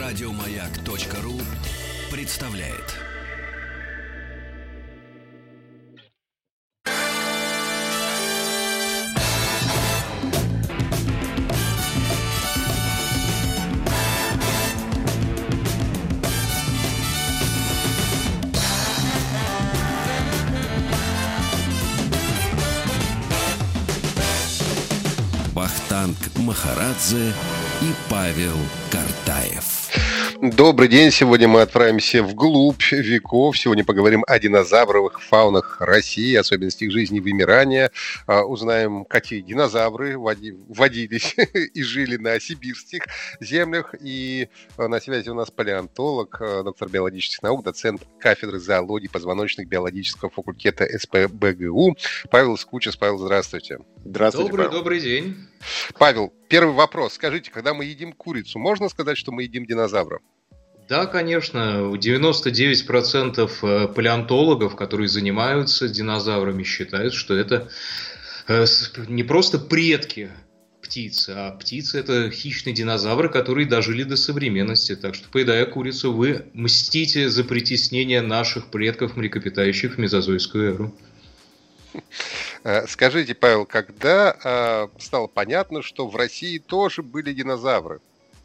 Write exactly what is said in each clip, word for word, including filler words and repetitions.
Радиомаяк.ру представляет. Вахтанг Махарадзе и Павел Картаев. Добрый день. Сегодня мы отправимся вглубь веков. Сегодня поговорим о динозавровых фаунах России, особенности их жизни и вымирания. Узнаем, какие динозавры водились и жили на сибирских землях. И на связи у нас палеонтолог, доктор биологических наук, доцент кафедры зоологии позвоночных биологического факультета эс пэ бэ гэ у Павел Скучес. Павел, здравствуйте. Здравствуйте, добрый, Павел. Добрый день. Павел, первый вопрос. Скажите, когда мы едим курицу, можно сказать, что мы едим динозавра? Да, конечно. девяносто девять процентов палеонтологов, которые занимаются динозаврами, считают, что это не просто предки птиц, а птицы – это хищные динозавры, которые дожили до современности. Так что, поедая курицу, вы мстите за притеснение наших предков, млекопитающих в мезозойскую эру. Скажите, Павел, когда э, стало понятно, что в России тоже были динозавры?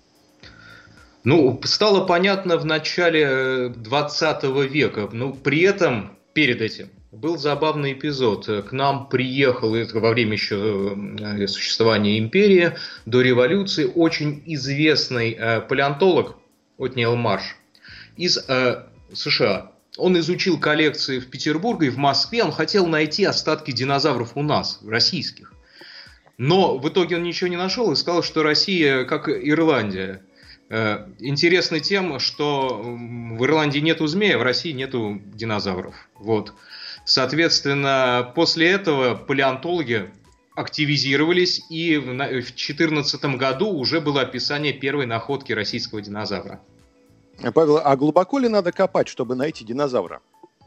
Ну, стало понятно в начале двадцатого века, но при этом, перед этим, был забавный эпизод. К нам приехал, это во время еще существования империи, до революции, очень известный э, палеонтолог Отниел Марш из э, США. Он изучил коллекции в Петербурге и в Москве, он хотел найти остатки динозавров у нас, российских. Но в итоге он ничего не нашел и сказал, что Россия как Ирландия. Интересно тем, что в Ирландии нету змея, в России нету динозавров. Вот. Соответственно, после этого палеонтологи активизировались, и в две тысячи четырнадцатом году уже было описание первой находки российского динозавра. Павел, а глубоко ли надо копать, чтобы найти динозавра?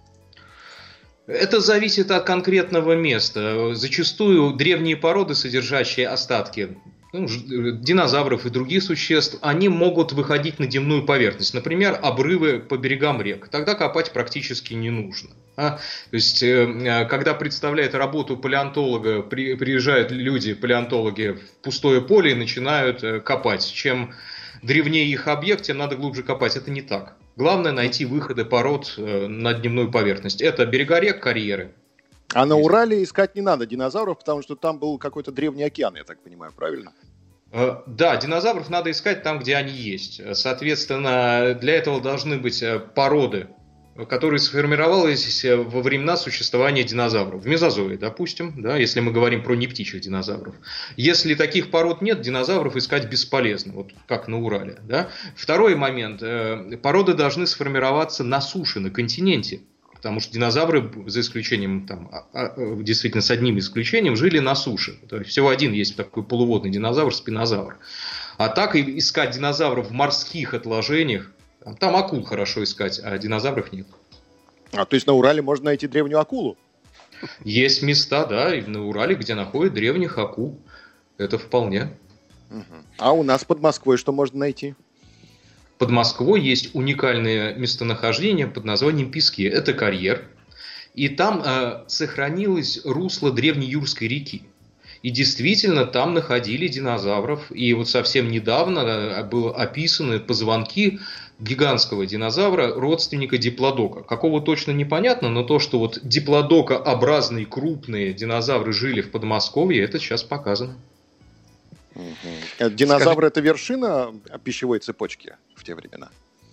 Это зависит от конкретного места. Зачастую древние породы, содержащие остатки ну, динозавров и других существ, они могут выходить на земную поверхность. Например, обрывы по берегам рек. Тогда копать практически не нужно. А? То есть, когда представляет работу палеонтолога, при, приезжают люди, палеонтологи, в пустое поле и начинают копать. Чем древнее их объект, тем надо глубже копать. Это не так. Главное найти выходы пород на дневную поверхность. Это берега рек, карьеры. А на Урале искать не надо динозавров, потому что там был какой-то древний океан, я так понимаю, правильно? Да, динозавров надо искать там, где они есть. Соответственно, для этого должны быть породы, которые сформировались во времена существования динозавров. В мезозое, допустим, да, если мы говорим про нептичьих динозавров. Если таких пород нет, динозавров искать бесполезно, вот как на Урале. Да. Второй момент. Породы должны сформироваться на суше, на континенте. Потому что динозавры, за исключением, там, действительно с одним исключением, жили на суше. То есть всего один есть такой полуводный динозавр, спинозавр. А так искать динозавров в морских отложениях, там акул хорошо искать, а динозавров нет. А то есть на Урале можно найти древнюю акулу? Есть места, да, и на Урале, где находят древних акул. Это вполне. Угу. А у нас под Москвой что можно найти? Под Москвой есть уникальное местонахождение под названием Пески. Это карьер. И там э, сохранилось русло древней Юрской реки. И действительно там находили динозавров. И вот совсем недавно были описаны позвонки гигантского динозавра, родственника диплодока. Какого точно непонятно, но то, что вот диплодокообразные крупные динозавры жили в Подмосковье, это сейчас показано. Угу. Динозавр — это вершина пищевой цепочки в те времена?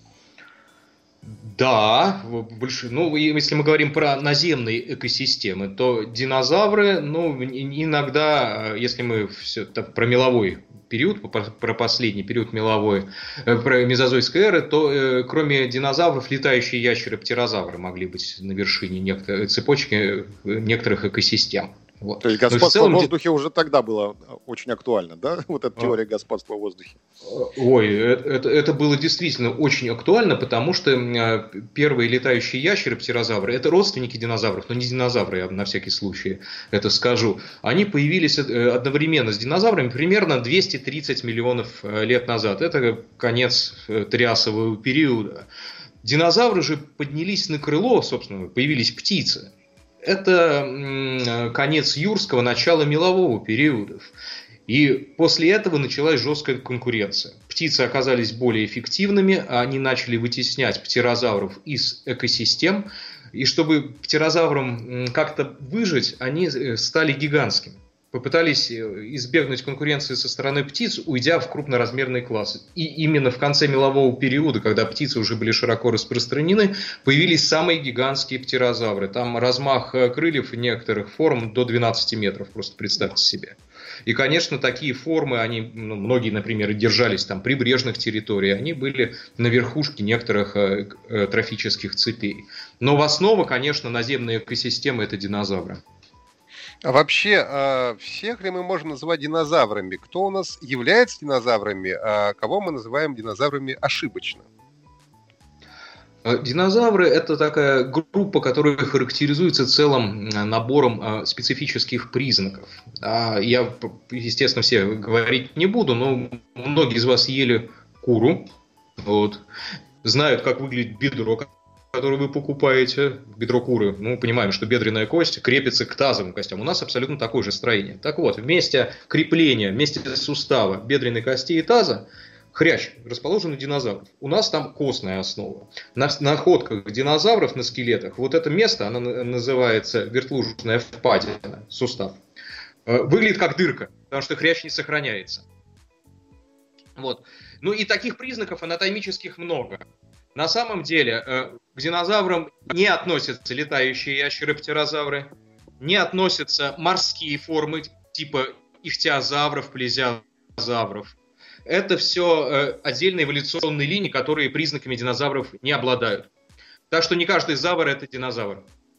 Да, больше, ну, если мы говорим про наземные экосистемы, то динозавры, ну, иногда, если мы все, про меловой период, про последний период меловой, про мезозойской эры, то кроме динозавров летающие ящеры-птерозавры могли быть на вершине некотор- цепочки некоторых экосистем. Вот. То есть господство целом... в воздухе уже тогда было очень актуально, да? Вот эта теория а... господства в воздухе. Ой, это, это было действительно очень актуально, потому что первые летающие ящеры, птерозавры, это родственники динозавров, но не динозавры, я на всякий случай это скажу. Они появились одновременно с динозаврами примерно двести тридцать миллионов лет назад. Это конец триасового периода. Динозавры же поднялись на крыло, собственно, появились птицы. Это конец юрского, начало мелового периодов. И после этого началась жесткая конкуренция. Птицы оказались более эффективными, они начали вытеснять птерозавров из экосистем. И чтобы птерозаврам как-то выжить, они стали гигантскими. Попытались избегнуть конкуренции со стороны птиц, уйдя в крупноразмерные классы. И именно в конце мелового периода, когда птицы уже были широко распространены, появились самые гигантские птерозавры. Там размах крыльев некоторых форм до двенадцати метров, просто представьте себе. И, конечно, такие формы, они, ну, многие, например, держались там прибрежных территорий, они были на верхушке некоторых э, э, трофических цепей. Но в основу, конечно, наземная экосистема – это динозавры. А вообще, всех ли мы можем называть динозаврами? Кто у нас является динозаврами, а кого мы называем динозаврами ошибочно? Динозавры – это такая группа, которая характеризуется целым набором специфических признаков. Я, естественно, все говорить не буду, но многие из вас ели куру, вот, знают, как выглядит бедро, который вы покупаете, бедро куры, мы понимаем, что бедренная кость крепится к тазовым костям. У нас абсолютно такое же строение. Так вот, вместе крепления, вместе сустава бедренной кости и таза хрящ расположен у динозавров. У нас там костная основа. На находках динозавров на скелетах вот это место, оно называется вертлужная впадина, сустав, выглядит как дырка, потому что хрящ не сохраняется. Вот. Ну и таких признаков анатомических много. На самом деле к динозаврам не относятся летающие ящеры-птерозавры, не относятся морские формы типа ихтиозавров, плезиозавров. Это все отдельные эволюционные линии, которые признаками динозавров не обладают. Так что не каждый завр – это динозавр.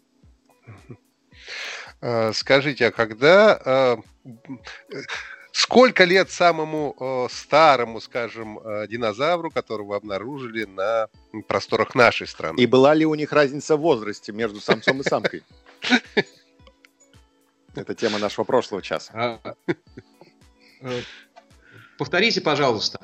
Скажите, а когда... Сколько лет самому э, старому, скажем, э, динозавру, которого обнаружили на просторах нашей страны? И была ли у них разница в возрасте между самцом и самкой? Это тема нашего прошлого часа. Повторите, пожалуйста.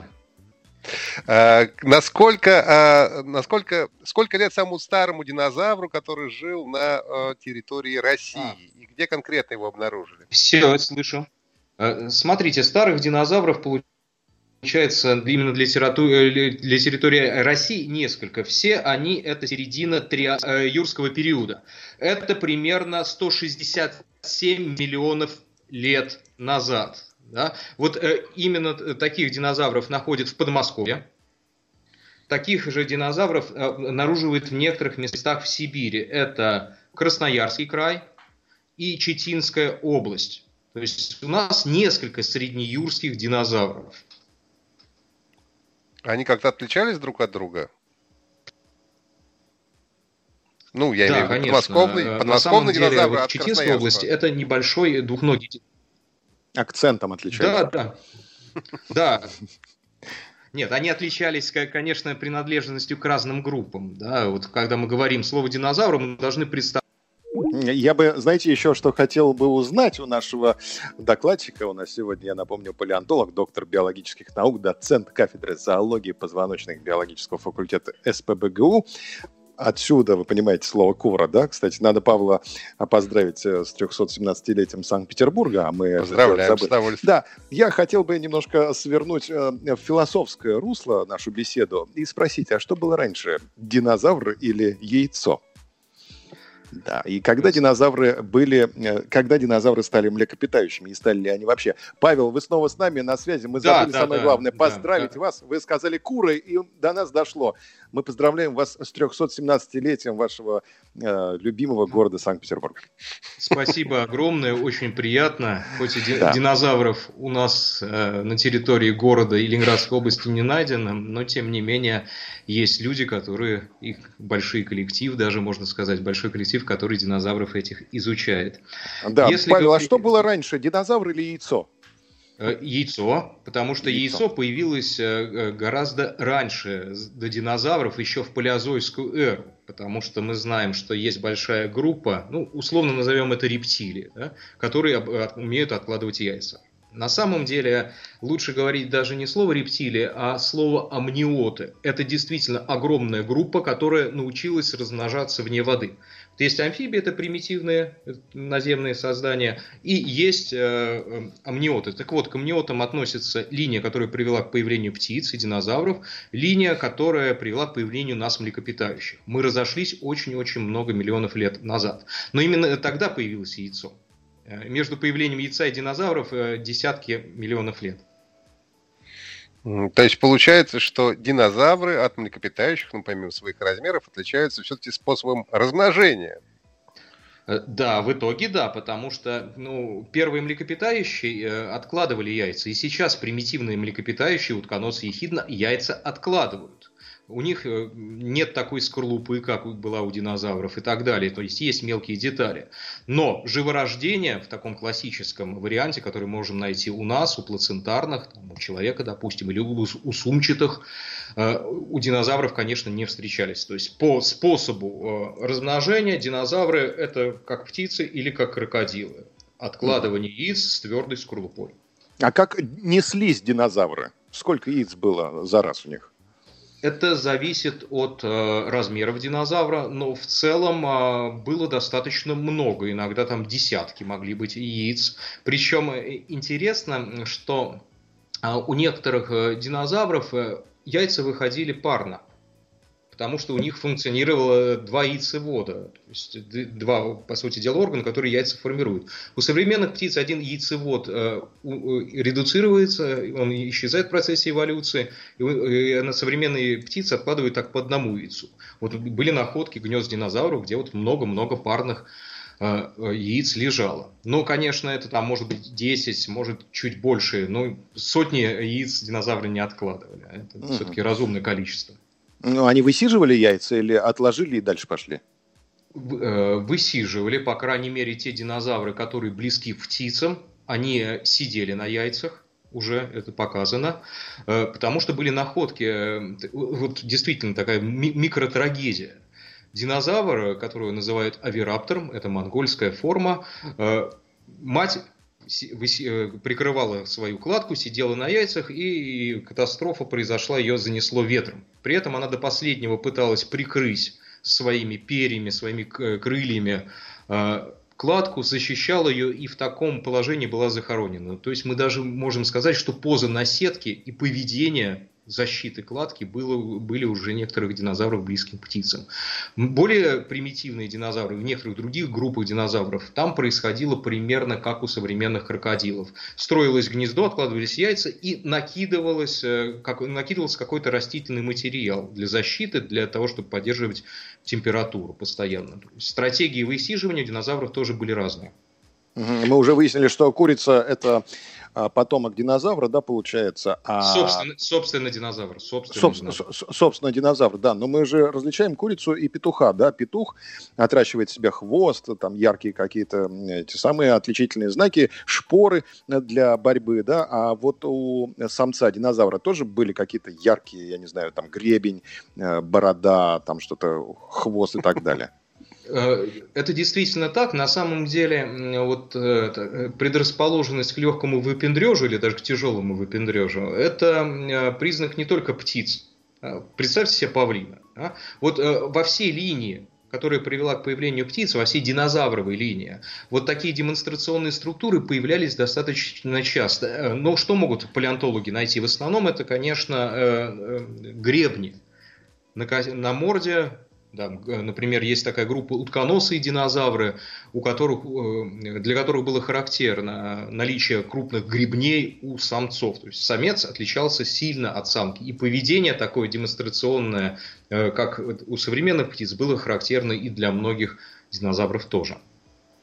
Насколько, насколько, сколько лет самому старому динозавру, который жил на территории России? И где конкретно его обнаружили? Все, слышу. Смотрите, старых динозавров получается именно для территории, для территории России несколько. Все они это середина триа, э, юрского периода. Это примерно сто шестьдесят семь миллионов лет назад. Да? Вот э, именно таких динозавров находят в Подмосковье. Таких же динозавров обнаруживают в некоторых местах в Сибири. Это Красноярский край и Читинская область. То есть у нас несколько среднеюрских динозавров. Они как-то отличались друг от друга? Ну, я да, имею в виду конечно. подмосковный, подмосковный деле, динозавр вот от в Читинской области это небольшой двухногий. Акцентом отличаются. Да, да. Да. Нет, они отличались, конечно, принадлежностью к разным группам. Да? Вот когда мы говорим слово динозавр, мы должны представить. Я бы, знаете, еще что хотел бы узнать у нашего докладчика. У нас сегодня, я напомню, палеонтолог, доктор биологических наук, доцент кафедры зоологии и позвоночных биологического факультета эс пэ бэ гэ у. Отсюда, вы понимаете, слово «кура», да? Кстати, надо Павла поздравить с трехсот-семнадцатилетием Санкт-Петербурга, а мы Поздравляем, с удовольствием. Да, я хотел бы немножко свернуть в философское русло нашу беседу и спросить, а что было раньше, динозавр или яйцо? Да, и когда динозавры были, когда динозавры стали млекопитающими, и стали ли они вообще? Павел, вы снова с нами на связи, мы забыли да, да, самое да, главное, поздравить да, вас. Вы сказали «куры», и до нас дошло. Мы поздравляем вас с трехсот-семнадцатилетием вашего э, любимого города Санкт-Петербург. Спасибо огромное, очень приятно. Хоть и да. динозавров у нас э, на территории города и Ленинградской области не найдено, но тем не менее есть люди, которые, их большой коллектив, даже можно сказать, большой коллектив, коллектив, который динозавров этих изучает. Да, Если Павел, говорить... а что было раньше, динозавр или яйцо? Яйцо, потому что яйцо. яйцо появилось гораздо раньше, до динозавров, еще в палеозойскую эру. Потому что мы знаем, что есть большая группа, ну, условно назовем это рептилии, да, которые умеют откладывать яйца. На самом деле лучше говорить даже не слово рептилии, а слово амниоты. Это действительно огромная группа, которая научилась размножаться вне воды. Есть амфибии, это примитивные наземные создания, и есть э, амниоты. Так вот, к амниотам относится линия, которая привела к появлению птиц и динозавров, линия, которая привела к появлению нас, млекопитающих. Мы разошлись очень-очень много миллионов лет назад. Но именно тогда появилось яйцо. Между появлением яйца и динозавров десятки миллионов лет. То есть получается, что динозавры от млекопитающих, ну, помимо своих размеров, отличаются все-таки способом размножения. Да, в итоге да, потому что ну, первые млекопитающие откладывали яйца, и сейчас примитивные млекопитающие, утконосы, ехидна, яйца откладывают. У них нет такой скорлупы, как была у динозавров и так далее. То есть есть мелкие детали. Но живорождение в таком классическом варианте, который можем найти у нас, у плацентарных, у человека, допустим, или у сумчатых, у динозавров, конечно, не встречались. То есть по способу размножения динозавры это как птицы или как крокодилы. Откладывание яиц с твердой скорлупой. А как неслись динозавры? Сколько яиц было за раз у них? Это зависит от э, размеров динозавра, но в целом э, было достаточно много, иногда там десятки могли быть яиц. Причем интересно, что э, у некоторых э, динозавров э, яйца выходили парно, потому что у них функционировало два яйцевода, то есть два, по сути дела, органа, которые яйца формируют. У современных птиц один яйцевод э, редуцируется, он исчезает в процессе эволюции, и, и на современные птицы откладывают так по одному яйцу. Вот были находки гнезд динозавров, где вот много-много парных э, яиц лежало. Но, конечно, это там может быть десять, может чуть больше, но сотни яиц динозавры не откладывали. Это угу. все-таки разумное количество. Ну, они высиживали яйца или отложили и дальше пошли? Высиживали, по крайней мере, те динозавры, которые близки к птицам, они сидели на яйцах, уже это показано, потому что были находки, вот действительно такая микротрагедия. Динозавр, которого называют авираптором, это монгольская форма, мать прикрывала свою кладку, сидела на яйцах, и катастрофа произошла, ее занесло ветром. При этом она до последнего пыталась прикрыть своими перьями, своими крыльями кладку, защищала ее и в таком положении была захоронена. То есть мы даже можем сказать, что поза наседки и поведение защиты кладки было, были уже некоторых динозавров близким к птицам. Более примитивные динозавры, в некоторых других группах динозавров, там происходило примерно как у современных крокодилов. Строилось гнездо, откладывались яйца и накидывалось, как, накидывался какой-то растительный материал для защиты, для того, чтобы поддерживать температуру постоянно. Стратегии высиживания динозавров тоже были разные. Мы уже выяснили, что курица – это потомок динозавра, да, получается? А... Собственно, собственно, динозавр. Собственно, собственно, динозавр. собственно, динозавр, да. Но мы же различаем курицу и петуха, да. Петух отращивает себе хвост, там яркие какие-то эти самые отличительные знаки, шпоры для борьбы, да. А вот у самца динозавра тоже были какие-то яркие, я не знаю, там гребень, борода, там что-то, хвост и так далее. Это действительно так. На самом деле вот, предрасположенность к легкому выпендрежу или даже к тяжелому выпендрежу – это признак не только птиц. Представьте себе павлина. Да? Вот во всей линии, которая привела к появлению птиц, во всей динозавровой линии, вот такие демонстрационные структуры появлялись достаточно часто. Но что могут палеонтологи найти? В основном это, конечно, гребни на, на морде. Да, например, есть такая группа утконосые динозавры, у которых, для которых было характерно наличие крупных гребней у самцов. То есть самец отличался сильно от самки. И поведение такое демонстрационное, как у современных птиц, было характерно и для многих динозавров тоже.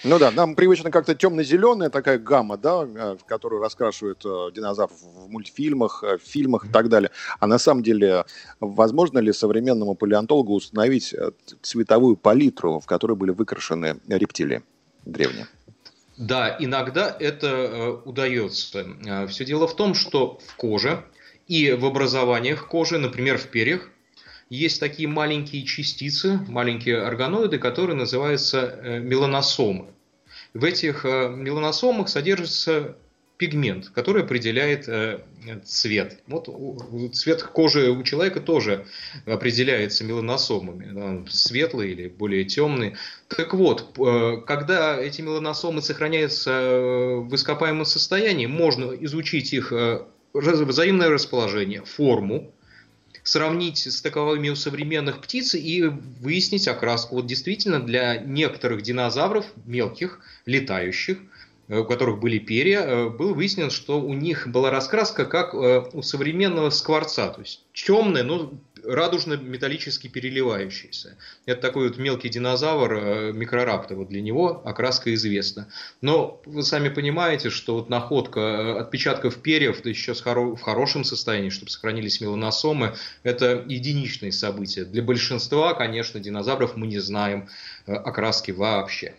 Ну да, нам привычно как-то темно-зеленая такая гамма, да, в которую раскрашивают динозавров в мультфильмах, в фильмах и так далее. А на самом деле, возможно ли современному палеонтологу установить цветовую палитру, в которой были выкрашены рептилии древние? Да, иногда это э, удается. Все дело в том, что в коже и в образованиях кожи, например, в перьях, есть такие маленькие частицы, маленькие органоиды, которые называются э, меланосомы. В этих э, меланосомах содержится пигмент, который определяет э, цвет. Вот у, цвет кожи у человека тоже определяется меланосомами, светлый или более темный. Так вот, э, когда эти меланосомы сохраняются в ископаемом состоянии, можно изучить их э, взаимное расположение, форму, сравнить с таковыми у современных птиц и выяснить окраску. Вот действительно для некоторых динозавров, мелких, летающих, у которых были перья, было выяснено, что у них была раскраска, как у современного скворца, то есть темная, но радужно-металлически переливающаяся. Это такой вот мелкий динозавр, микрораптор, вот для него окраска известна. Но вы сами понимаете, что вот находка отпечатков перьев, да еще в хорошем состоянии, чтобы сохранились меланосомы, это единичные события. Для большинства, конечно, динозавров мы не знаем окраски вообще.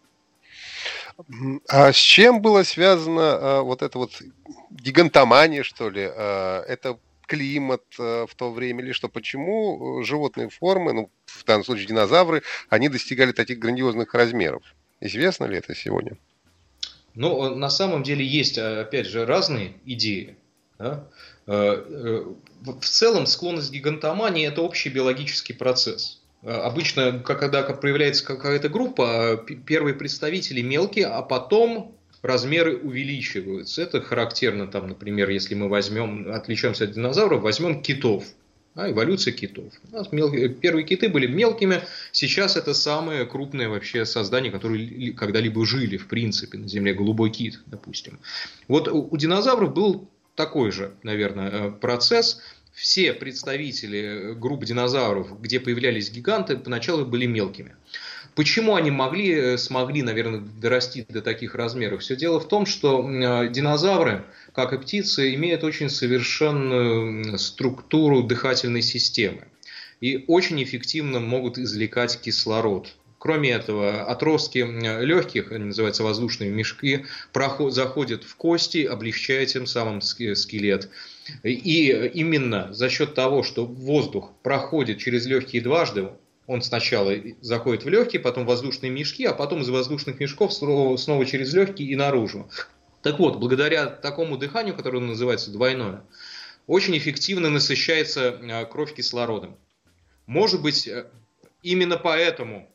А с чем было связано а, вот это вот гигантомания, что ли? А, это климат а, в то время или что? Почему животные формы, ну, в данном случае динозавры, они достигали таких грандиозных размеров? Известно ли это сегодня? Ну, на самом деле есть, опять же, разные идеи. Да? В целом, склонность к гигантомании – это общий биологический процесс. Обычно, когда проявляется какая-то группа, первые представители мелкие, а потом размеры увеличиваются. Это характерно, там, например, если мы возьмем, отличаемся от динозавров, возьмем китов. А, эволюция китов. У нас мелкие, первые киты были мелкими, сейчас это самое крупное вообще создание, которое когда-либо жили, в принципе, на Земле, голубой кит, допустим. Вот у, у динозавров был такой же, наверное, процесс. Все представители групп динозавров, где появлялись гиганты, поначалу были мелкими. Почему они могли, смогли, наверное, дорасти до таких размеров? Все дело в том, что динозавры, как и птицы, имеют очень совершенную структуру дыхательной системы. И очень эффективно могут извлекать кислород. Кроме этого, отростки легких, они называются воздушные мешки, проход, заходят в кости, облегчая тем самым скелет. И именно за счет того, что воздух проходит через легкие дважды, он сначала заходит в легкие, потом в воздушные мешки, а потом из воздушных мешков снова через легкие и наружу. Так вот, благодаря такому дыханию, которое называется двойное, очень эффективно насыщается кровь кислородом. Может быть, именно поэтому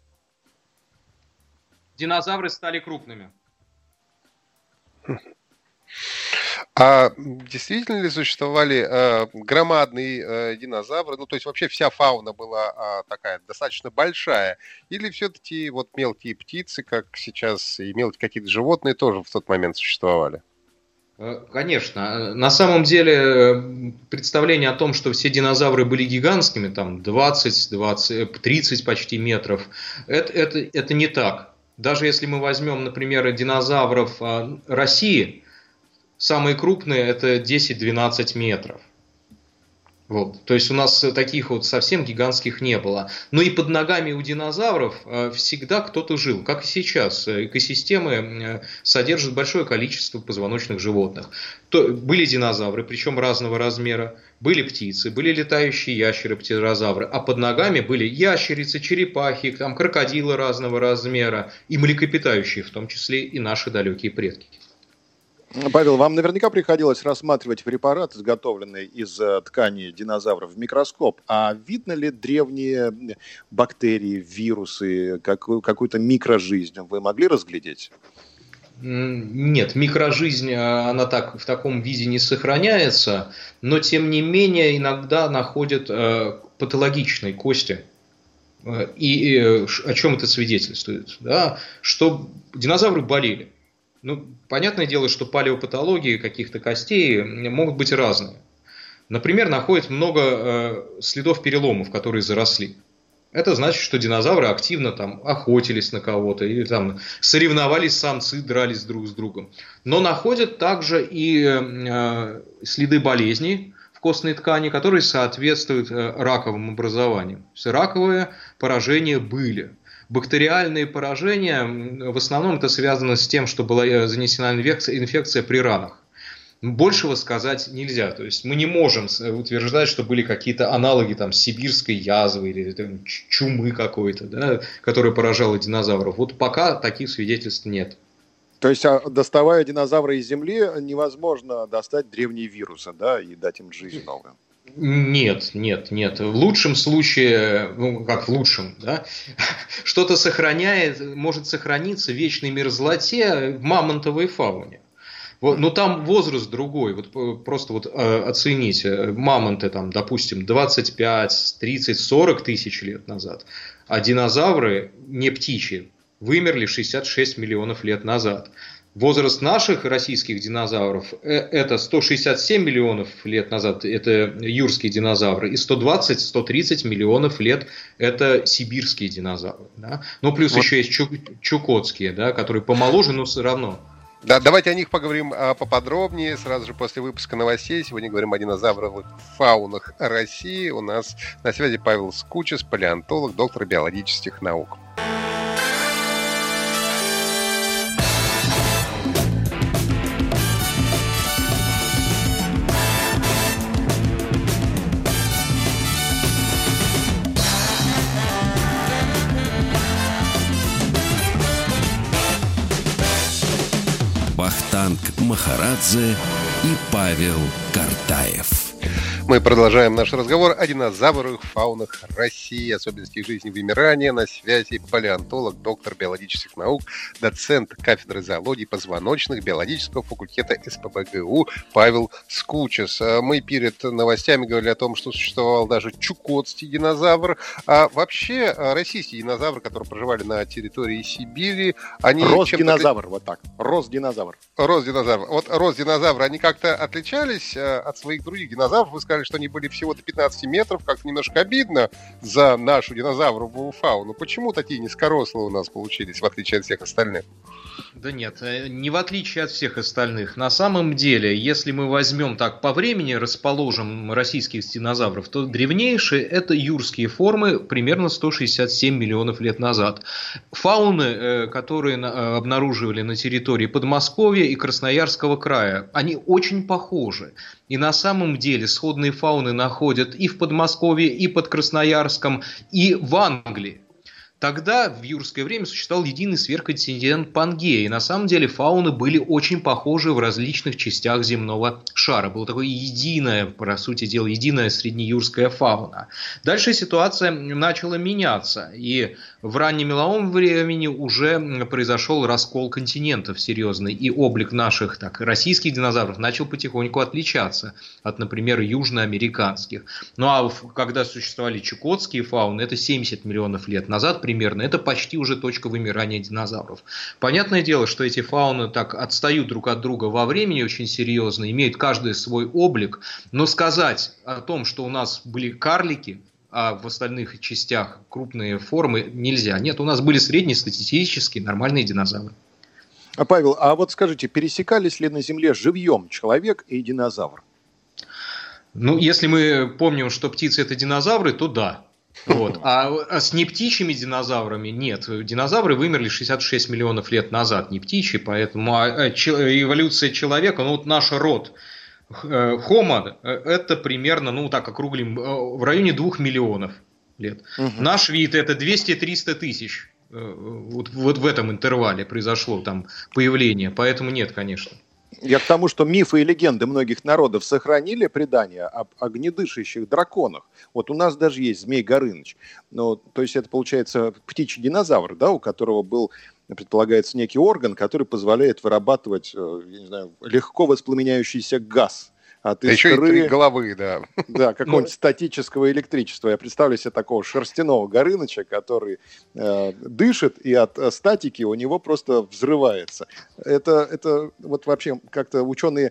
динозавры стали крупными. А действительно ли существовали э, громадные э, динозавры? Ну, то есть вообще вся фауна была э, такая достаточно большая? Или все-таки вот мелкие птицы, как сейчас, и мелкие какие-то животные тоже в тот момент существовали? Конечно. На самом деле представление о том, что все динозавры были гигантскими, там двадцать, двадцать, тридцать почти метров, это, это, это не так. Даже если мы возьмем, например, динозавров России, самые крупные это десять-двенадцать метров. Вот. То есть у нас таких вот совсем гигантских не было. Но и под ногами у динозавров всегда кто-то жил, как и сейчас. Экосистемы содержат большое количество позвоночных животных. То, были динозавры, причем разного размера, были птицы, были летающие ящеры, птерозавры, а под ногами были ящерицы, черепахи, там, крокодилы разного размера и млекопитающие, в том числе и наши далекие предки. Павел, вам наверняка приходилось рассматривать препарат, изготовленный из ткани динозавров, в микроскоп. А видно ли древние бактерии, вирусы, какую- какую-то микрожизнь вы могли разглядеть? Нет, микрожизнь, она так, в таком виде не сохраняется, но тем не менее иногда находят э, патологичные кости. Э, И э, ш- о чем это свидетельствует? Да? Что динозавры болели. Ну, понятное дело, что палеопатологии каких-то костей могут быть разные. Например, находят много э, следов переломов, которые заросли. Это значит, что динозавры активно там охотились на кого-то или там соревновались, самцы дрались друг с другом. Но находят также и э, следы болезней в костной ткани, которые соответствуют э, раковым образованиям. То есть раковые поражения были. Бактериальные поражения в основном это связано с тем, что была занесена инфекция, инфекция при ранах. Большего сказать нельзя. То есть мы не можем утверждать, что были какие-то аналоги там, сибирской язвы или там, чумы какой-то, да, которая поражала динозавров. Вот пока таких свидетельств нет. То есть, доставая динозавра из земли, невозможно достать древние вирусы, да, и дать им жизнь много? Нет, нет, нет. В лучшем случае, ну как в лучшем, да, что-то сохраняет, может сохраниться в вечной мерзлоте в мамонтовой фауне. Вот, но там возраст другой, вот просто вот э, оцените, мамонты там, допустим, двадцать пять, тридцать, сорок тысяч лет назад, а динозавры не птичьи вымерли шестьдесят шесть миллионов лет назад. Возраст наших российских динозавров – это сто шестьдесят семь миллионов лет назад, это юрские динозавры, и сто двадцать - сто тридцать миллионов лет – это сибирские динозавры. Да? Ну, плюс вот. Еще есть чукотские, да, которые помоложе, но все равно. Да, давайте о них поговорим а, поподробнее сразу же после выпуска новостей. Сегодня говорим о динозавровых фаунах России. У нас на связи Павел Скучес, палеонтолог, доктор биологических наук. Вахтанг Махарадзе и Павел Картаев. Мы продолжаем наш разговор о динозавровых фаунах России, особенности их жизни и вымирания. На связи палеонтолог, доктор биологических наук, доцент кафедры зоологии позвоночных биологического факультета эс пэ бэ гэ у Павел Скучес. Мы перед новостями говорили о том, что существовал даже чукотский динозавр. А вообще российские динозавры, которые проживали на территории Сибири, они... Росдинозавр, вот так. Росдинозавр. Росдинозавр. Вот росдинозавры, они как-то отличались от своих других динозавров? Вы сказали, что они были всего до пятнадцати метров, как-то немножко обидно за нашу динозавровую фауну. Почему такие низкорослые у нас получились, в отличие от всех остальных? Да нет, не в отличие от всех остальных. На самом деле, если мы возьмем так по времени, расположим российских динозавров, то древнейшие это юрские формы примерно сто шестьдесят семь миллионов лет назад. Фауны, которые обнаруживали на территории Подмосковья и Красноярского края, они очень похожи. И на самом деле сходные фауны находят и в Подмосковье, и под Красноярском, и в Англии. Тогда в юрское время существовал единый сверхконтинент Пангея. И на самом деле фауны были очень похожи в различных частях земного шара. Было такое единое, по сути дела, единая среднеюрская фауна. Дальше ситуация начала меняться. И в раннемеловом времени уже произошел раскол континентов серьезный. И облик наших так, российских динозавров начал потихоньку отличаться от, например, южноамериканских. Ну а когда существовали чукотские фауны, это семьдесят миллионов лет назад, примерно, это почти уже точка вымирания динозавров. Понятное дело, что эти фауны так отстают друг от друга во времени очень серьезно, имеют каждый свой облик, но сказать о том, что у нас были карлики, а в остальных частях крупные формы, нельзя. Нет, у нас были среднестатистические нормальные динозавры. А, Павел, а вот скажите, пересекались ли на Земле живьем человек и динозавр? Ну, если мы помним, что птицы это динозавры, то да. Вот. А, а с нептичьими динозаврами нет. Динозавры вымерли шестьдесят шесть миллионов лет назад, не птичьи, поэтому а, ч, эволюция человека, ну вот наш род Homo, это примерно, ну так округлим, в районе двух миллионов лет. Угу. Наш вид это двести-триста тысяч. Вот, вот в этом интервале произошло там появление, поэтому нет, конечно. Я к тому, что мифы и легенды многих народов сохранили предания об огнедышащих драконах. Вот у нас даже есть Змей Горыныч. Ну, то есть это получается птичий динозавр, да, у которого был, предполагается, некий орган, который позволяет вырабатывать, я не знаю, легко воспламеняющийся газ. От искры, еще и три головы, да. Да, какого-нибудь статического электричества. Я представлю себе такого шерстяного Горыныча, который э, дышит, и от э, статики у него просто взрывается. Это, это вот вообще как-то ученые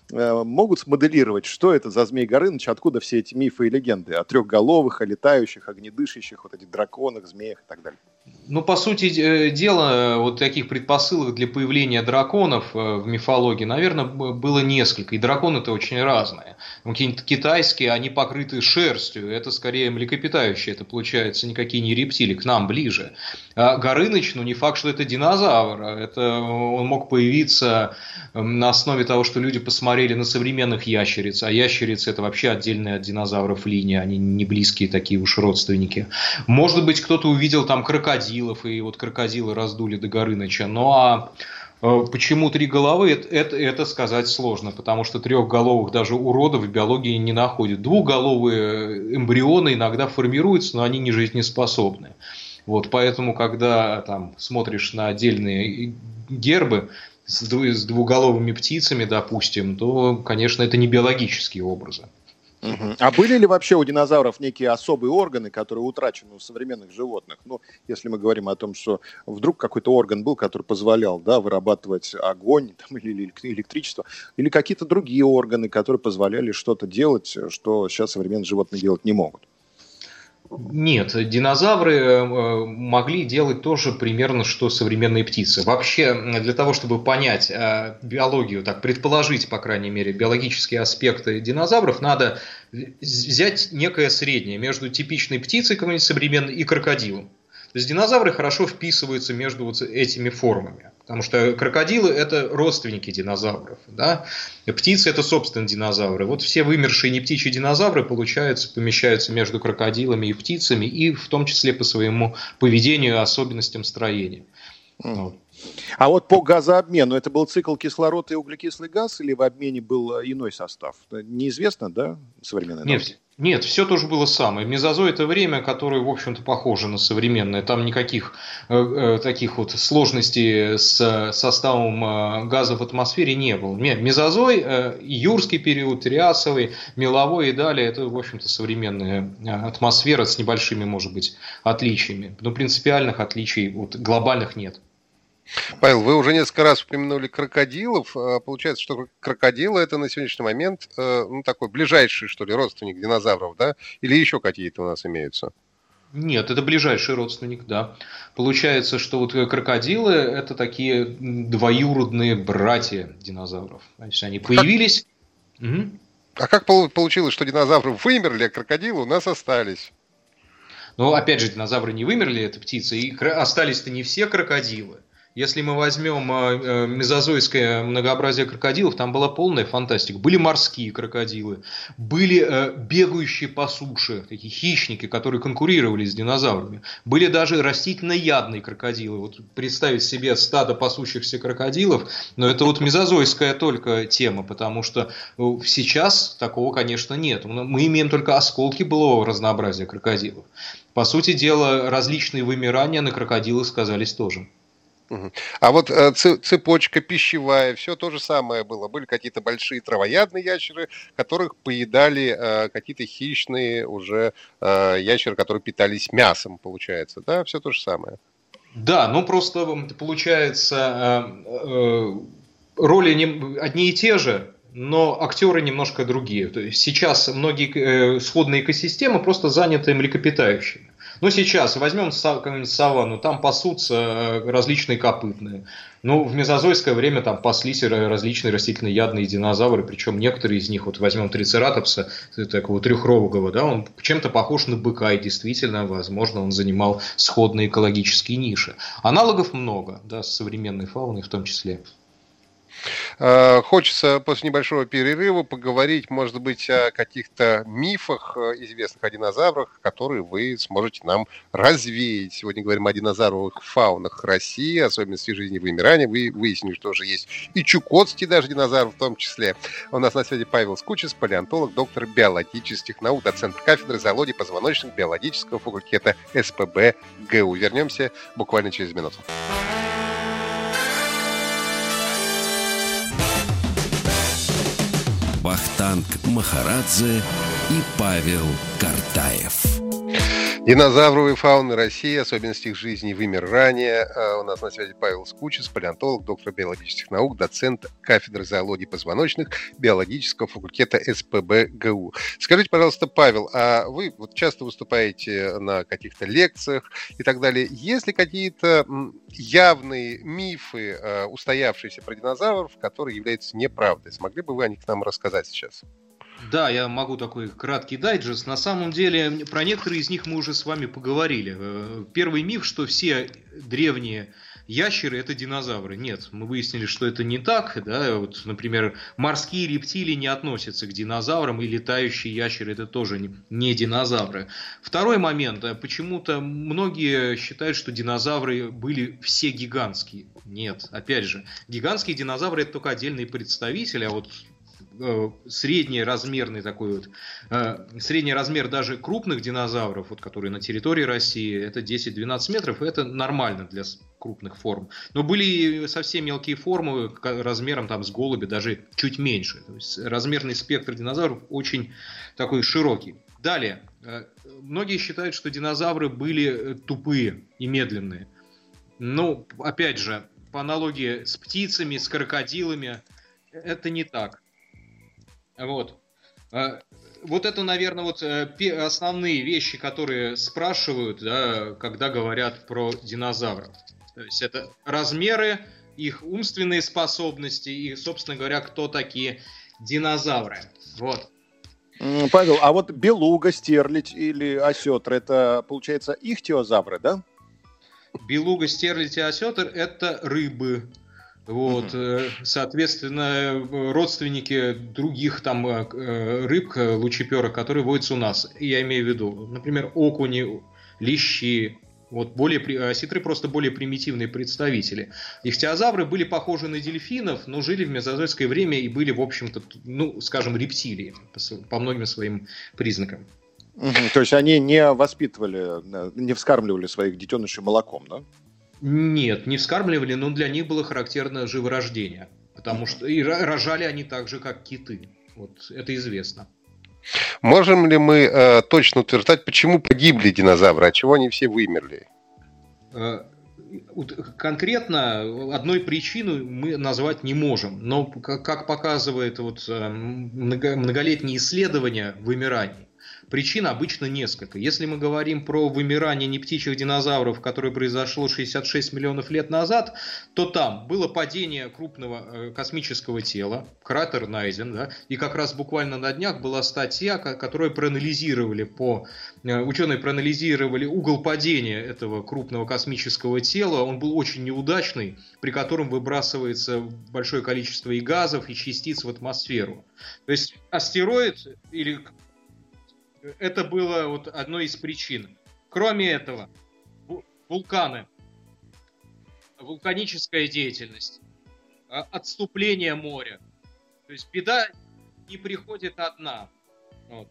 могут смоделировать, что это за Змей Горыныч, откуда все эти мифы и легенды о трехголовых, о летающих, огнедышащих, вот этих драконах, змеях и так далее? Ну, по сути дела, вот таких предпосылок для появления драконов в мифологии, наверное, было несколько. И драконы-то очень разные. Какие-нибудь китайские, они покрыты шерстью. Это скорее млекопитающие. Это, получается, никакие не рептилии, к нам ближе. А Горыныч, ну, не факт, что это динозавр. Это он мог появиться на основе того, что люди посмотрели на современных ящериц. А ящерицы – это вообще отдельная от динозавров линия. Они не близкие такие уж родственники. Может быть, кто-то увидел там крокодил, и вот крокодилы раздули до Горыныча. Ну а почему три головы, это, это, это сказать сложно, потому что трехголовых даже уродов в биологии не находят. Двухголовые эмбрионы иногда формируются, но они не жизнеспособны. Вот, поэтому, когда там смотришь на отдельные гербы с двуголовыми птицами, допустим, то, конечно, это не биологические образы. Угу. А были ли вообще у динозавров некие особые органы, которые утрачены у современных животных? Ну, если мы говорим о том, что вдруг какой-то орган был, который позволял, да, вырабатывать огонь там, или электричество, или какие-то другие органы, которые позволяли что-то делать, что сейчас современные животные делать не могут? Нет, динозавры могли делать тоже примерно, что современные птицы. Вообще, для того, чтобы понять биологию, так предположить, по крайней мере, биологические аспекты динозавров, надо взять некое среднее между типичной птицей какой-нибудь современной и крокодилом. То есть динозавры хорошо вписываются между вот этими формами. Потому что крокодилы – это родственники динозавров. Да? Птицы – это, собственно, динозавры. Вот все вымершие не птичьи динозавры, получаются, помещаются между крокодилами и птицами, и в том числе по своему поведению и особенностям строения. Mm. Вот. А вот по газообмену, это был цикл кислород и углекислый газ, или в обмене был иной состав? Неизвестно, да, современная наука? Нет, нет, все тоже было самое. Мезозой – это время, которое, в общем-то, похоже на современное. Там никаких э, э, таких вот сложностей с составом э, газа в атмосфере не было. Мезозой, э, юрский период, триасовый, меловой и далее – это, в общем-то, современная атмосфера с небольшими, может быть, отличиями. Но принципиальных отличий вот, глобальных нет. Павел, вы уже несколько раз упомянули крокодилов. Получается, что крокодилы – это на сегодняшний момент ну, такой ближайший, что ли, родственник динозавров, да? Или еще какие-то у нас имеются? Нет, это ближайший родственник, да. Получается, что вот крокодилы – это такие двоюродные братья динозавров. Значит, они появились… Как... Угу. А как получилось, что динозавры вымерли, а крокодилы у нас остались? Ну, опять же, динозавры не вымерли, это птицы, и остались-то не все крокодилы. Если мы возьмем мезозойское многообразие крокодилов, там была полная фантастика. Были морские крокодилы, были бегающие по суше, такие хищники, которые конкурировали с динозаврами. Были даже растительноядные крокодилы. Вот представить себе стадо пасущихся крокодилов, но это вот мезозойская только тема, потому что сейчас такого, конечно, нет. Мы имеем только осколки былого разнообразия крокодилов. По сути дела, различные вымирания на крокодилы сказались тоже. А вот цепочка пищевая, все то же самое было. Были какие-то большие травоядные ящеры, которых поедали какие-то хищные уже ящеры, которые питались мясом, получается. Да, все то же самое. Да, ну просто получается роли одни и те же, но актеры немножко другие. То есть сейчас многие сходные экосистемы просто заняты млекопитающими. Ну, сейчас возьмем какую-нибудь саванну, там пасутся различные копытные. Ну, в мезозойское время там паслись различные растительноядные динозавры, причем некоторые из них, вот возьмем трицератопса, такого трехрогого, да, он чем-то похож на быка, и действительно, возможно, он занимал сходные экологические ниши. Аналогов много, да, с современной фауной в том числе. Хочется после небольшого перерыва поговорить, может быть, о каких-то мифах, известных о динозаврах, которые вы сможете нам развеять. Сегодня говорим о динозавровых фаунах России, особенности жизни и вымирания. Вы выяснили, что уже есть и чукотские даже динозавры в том числе. У нас на связи Павел Скучес, палеонтолог, доктор биологических наук, доцент кафедры зоологии позвоночных биологического факультета эс пэ бэ гэ у. Вернемся буквально через минуту. Вахтанг Махарадзе и Павел Картаев. Динозавровые фауны России, особенности их жизни и вымирания. У нас на связи Павел Скучец, палеонтолог, доктор биологических наук, доцент кафедры зоологии позвоночных биологического факультета эс пэ бэ гэ у. Скажите, пожалуйста, Павел, а вы вот часто выступаете на каких-то лекциях и так далее. Есть ли какие-то явные мифы, устоявшиеся про динозавров, которые являются неправдой? Смогли бы вы о них нам рассказать сейчас? Да, я могу такой краткий дайджест. На самом деле, про некоторые из них мы уже с вами поговорили. Первый миф, что все древние ящеры – это динозавры. Нет, мы выяснили, что это не так. Да? Вот, например, морские рептилии не относятся к динозаврам, и летающие ящеры – это тоже не динозавры. Второй момент. Почему-то многие считают, что динозавры были все гигантские. Нет, опять же, гигантские динозавры – это только отдельные представители, а вот средний размерный такой вот, э, средний размер даже крупных динозавров, вот, которые на территории России, это десять-двенадцать метров, и это нормально для крупных форм. Но были совсем мелкие формы размером там, с голуби, даже чуть меньше. То есть размерный спектр динозавров очень такой широкий. Далее, э, многие считают, что динозавры были тупые и медленные. Ну, опять же, по аналогии с птицами, с крокодилами, это не так. Вот. Вот это, наверное, вот основные вещи, которые спрашивают, да, когда говорят про динозавров. То есть это размеры, их умственные способности и, собственно говоря, кто такие динозавры. Вот. Павел, а вот белуга, стерлядь или осетр, это, получается, ихтиозавры, да? Белуга, стерлядь и осетр – это рыбы. Вот, uh-huh. Соответственно, родственники других там рыб, лучеперок, которые водятся у нас. Я имею в виду, например, окуни, лещи. Вот более, осетры просто более примитивные представители. Ихтиозавры были похожи на дельфинов, но жили в мезозойское время и были, в общем-то, ну, скажем, рептилии по многим своим признакам. Uh-huh. То есть они не воспитывали, не вскармливали своих детенышей молоком, да? Нет, не вскармливали, но для них было характерно живорождение. Потому что и рожали они так же, как киты. Вот это известно. Можем ли мы э, точно утверждать, почему погибли динозавры, от чего они все вымерли? Конкретно одной причины мы назвать не можем. Но, как показывает вот многолетние исследования вымираний, причин обычно несколько. Если мы говорим про вымирание нептичьих динозавров, которое произошло шестьдесят шесть миллионов лет назад, то там было падение крупного космического тела, кратер найден, да, и как раз буквально на днях была статья, которую проанализировали по, ученые проанализировали угол падения этого крупного космического тела. Он был очень неудачный, при котором выбрасывается большое количество и газов, и частиц в атмосферу. То есть астероид или это было вот одной из причин. Кроме этого, вулканы, вулканическая деятельность, отступление моря. То есть беда не приходит одна. Вот.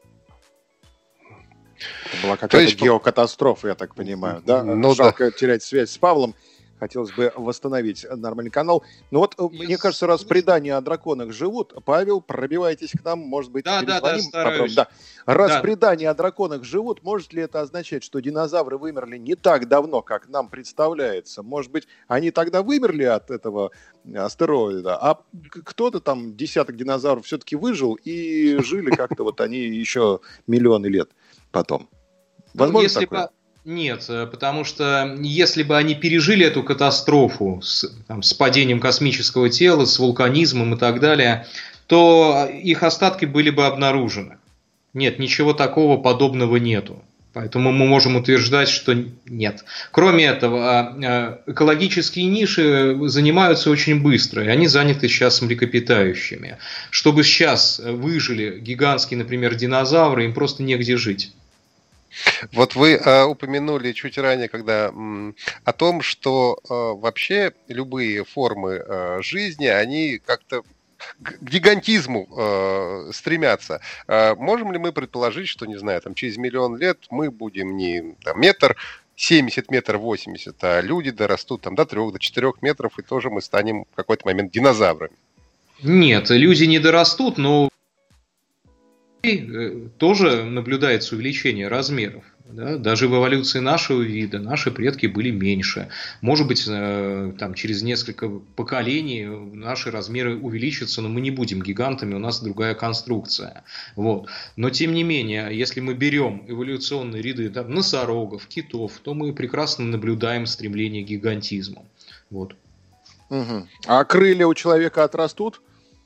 Это была какая-то есть... геокатастрофа, я так понимаю. Да? Ну, жалко да. терять связь с Павлом. Хотелось бы восстановить нормальный канал. Но вот, yes. мне кажется, раз предания о драконах живут, Павел, пробивайтесь к нам, может быть, да, перезвоним. Да, да, да. Раз да. предания о драконах живут, может ли это означать, что динозавры вымерли не так давно, как нам представляется? Может быть, они тогда вымерли от этого астероида, а кто-то там, десяток динозавров, все-таки выжил и жили как-то вот они еще миллионы лет потом? Возможно, если такое? По... Нет, потому что если бы они пережили эту катастрофу с, там, с падением космического тела, с вулканизмом и так далее, то их остатки были бы обнаружены. Нет, ничего такого подобного нету. Поэтому мы можем утверждать, что нет. Кроме этого, экологические ниши занимаются очень быстро, и они заняты сейчас млекопитающими. Чтобы сейчас выжили гигантские, например, динозавры, им просто негде жить. Вот вы э, упомянули чуть ранее, когда м, о том, что э, вообще любые формы э, жизни, они как-то к гигантизму э, стремятся. Э, можем ли мы предположить, что, не знаю, там через миллион лет мы будем не там, метр семьдесят, метр восемьдесят, а люди дорастут там, до трех, до четырех метров, и тоже мы станем в какой-то момент динозаврами? Нет, люди не дорастут, но тоже наблюдается увеличение размеров. Да? Даже в эволюции нашего вида наши предки были меньше. Может быть, там, через несколько поколений наши размеры увеличатся, но мы не будем гигантами, у нас другая конструкция. Вот. Но тем не менее, если мы берем эволюционные ряды там, носорогов, китов, то мы прекрасно наблюдаем стремление к гигантизму. Вот. Угу. А крылья у человека отрастут?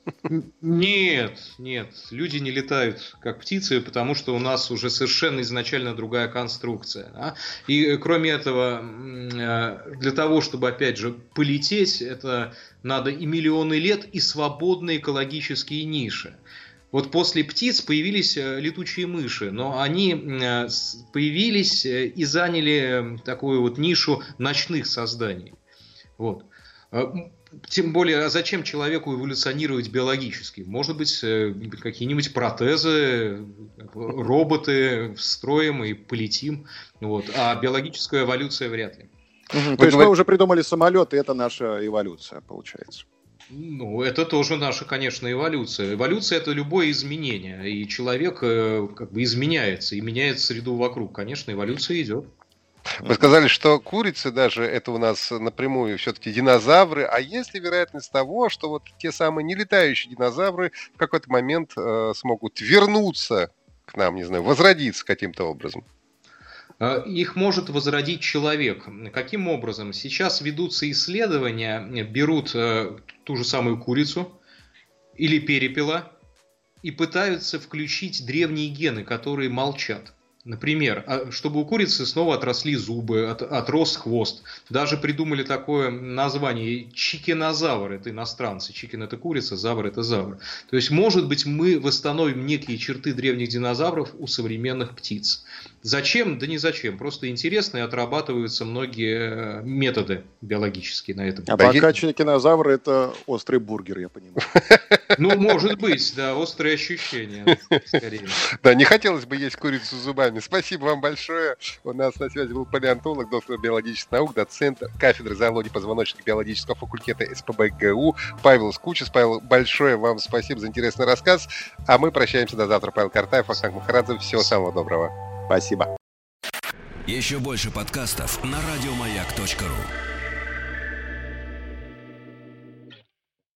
Нет, нет, люди не летают как птицы, потому что у нас уже совершенно изначально другая конструкция. Да? И кроме этого, для того, чтобы, опять же, полететь, это надо и миллионы лет, и свободные экологические ниши. Вот после птиц появились летучие мыши, но они появились и заняли такую вот нишу ночных созданий. Вот. Тем более, а зачем человеку эволюционировать биологически? Может быть, какие-нибудь протезы, роботы встроим и полетим. Вот. А биологическая эволюция вряд ли. Угу. То есть мы уже придумали самолет, и это наша эволюция, получается. Ну, это тоже наша, конечно, эволюция. Эволюция – это любое изменение. И человек как бы изменяется, и меняет среду вокруг. Конечно, эволюция идет. Вы сказали, что курицы даже это у нас напрямую все-таки динозавры. А есть ли вероятность того, что вот те самые нелетающие динозавры в какой-то момент э, смогут вернуться к нам, не знаю, возродиться каким-то образом? Их может возродить человек. Каким образом? Сейчас ведутся исследования, берут ту же самую курицу или перепела и пытаются включить древние гены, которые молчат. Например, чтобы у курицы снова отросли зубы, от, отрос хвост. Даже придумали такое название чикенозавр. Это иностранцы. Чикен – это курица, завр – это завр. То есть, может быть, мы восстановим некие черты древних динозавров у современных птиц. Зачем? Да не зачем. Просто интересно, и отрабатываются многие методы биологические на этом. А пока чикенозавр – это острый бургер, я понимаю. Ну, может быть, да, острые ощущения, скорее. Да, не хотелось бы есть курицу с зубами. Спасибо вам большое. У нас на связи был палеонтолог, доктор биологических наук, доцент кафедры зоологии позвоночника биологического факультета эс пэ бэ гэ у Павел Скучес. Павел, большое вам спасибо за интересный рассказ. А мы прощаемся до завтра. Павел Картаев, Вахтанг Махарадзе. Всего самого доброго. Спасибо. Еще больше подкастов на радиомаяк точка ру.